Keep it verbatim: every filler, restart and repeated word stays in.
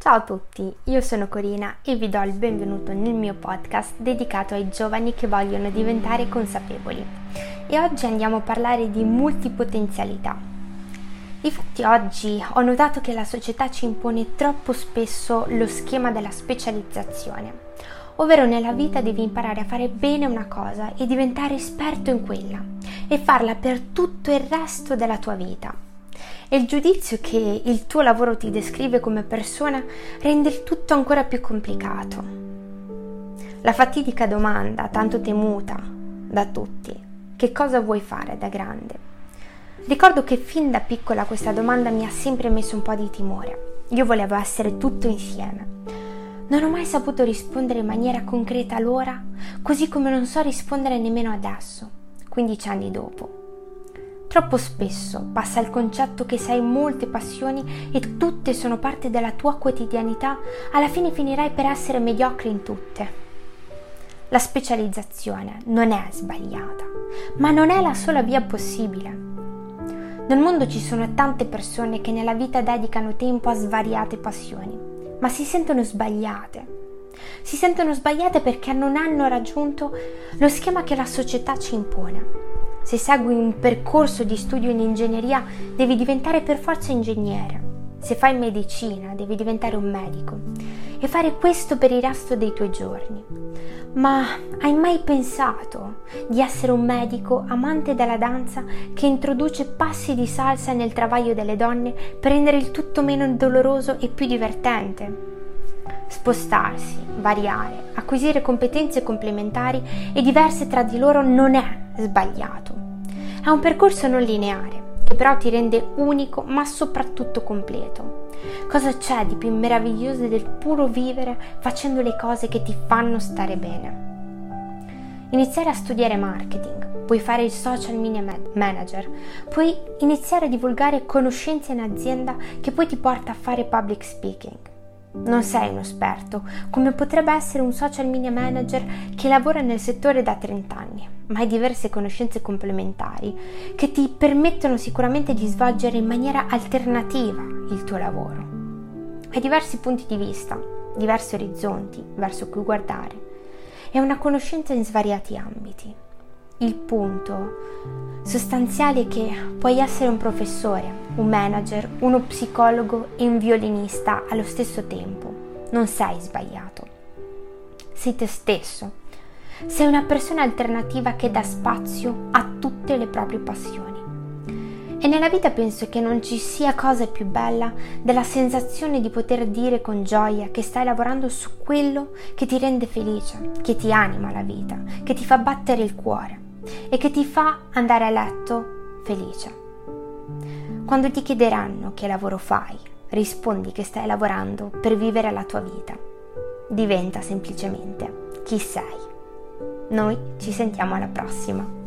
Ciao a tutti, io sono Corina e vi do il benvenuto nel mio podcast dedicato ai giovani che vogliono diventare consapevoli. E oggi andiamo a parlare di multipotenzialità. Infatti oggi ho notato che la società ci impone troppo spesso lo schema della specializzazione, ovvero nella vita devi imparare a fare bene una cosa e diventare esperto in quella e farla per tutto il resto della tua vita. E il giudizio che il tuo lavoro ti descrive come persona rende il tutto ancora più complicato. La fatidica domanda, tanto temuta da tutti, che cosa vuoi fare da grande? Ricordo che fin da piccola questa domanda mi ha sempre messo un po' di timore. Io volevo essere tutto insieme. Non ho mai saputo rispondere in maniera concreta allora, così come non so rispondere nemmeno adesso, quindici anni dopo. Troppo spesso passa il concetto che se hai molte passioni e tutte sono parte della tua quotidianità, alla fine finirai per essere mediocre in tutte. La specializzazione non è sbagliata, ma non è la sola via possibile. Nel mondo ci sono tante persone che nella vita dedicano tempo a svariate passioni, ma si sentono sbagliate. Si sentono sbagliate perché non hanno raggiunto lo schema che la società ci impone. Se segui un percorso di studio in ingegneria, devi diventare per forza ingegnere. Se fai medicina, devi diventare un medico e fare questo per il resto dei tuoi giorni. Ma hai mai pensato di essere un medico amante della danza che introduce passi di salsa nel travaglio delle donne per rendere il tutto meno doloroso e più divertente? Spostarsi, variare, acquisire competenze complementari e diverse tra di loro non è sbagliato. È un percorso non lineare, che però ti rende unico ma soprattutto completo. Cosa c'è di più meraviglioso del puro vivere facendo le cose che ti fanno stare bene? Iniziare a studiare marketing, puoi fare il social media manager, puoi iniziare a divulgare conoscenze in azienda che poi ti porta a fare public speaking. Non sei uno esperto, come potrebbe essere un social media manager che lavora nel settore da trenta anni, ma hai diverse conoscenze complementari che ti permettono sicuramente di svolgere in maniera alternativa il tuo lavoro. Hai diversi punti di vista, diversi orizzonti verso cui guardare e una conoscenza in svariati ambiti. Il punto sostanziale è che puoi essere un professore, un manager, uno psicologo e un violinista allo stesso tempo. Non sei sbagliato. Sei te stesso. Sei una persona alternativa che dà spazio a tutte le proprie passioni. E nella vita penso che non ci sia cosa più bella della sensazione di poter dire con gioia che stai lavorando su quello che ti rende felice, che ti anima la vita, che ti fa battere il cuore e che ti fa andare a letto felice. Quando ti chiederanno che lavoro fai, rispondi che stai lavorando per vivere la tua vita. Diventa semplicemente chi sei. Noi ci sentiamo alla prossima.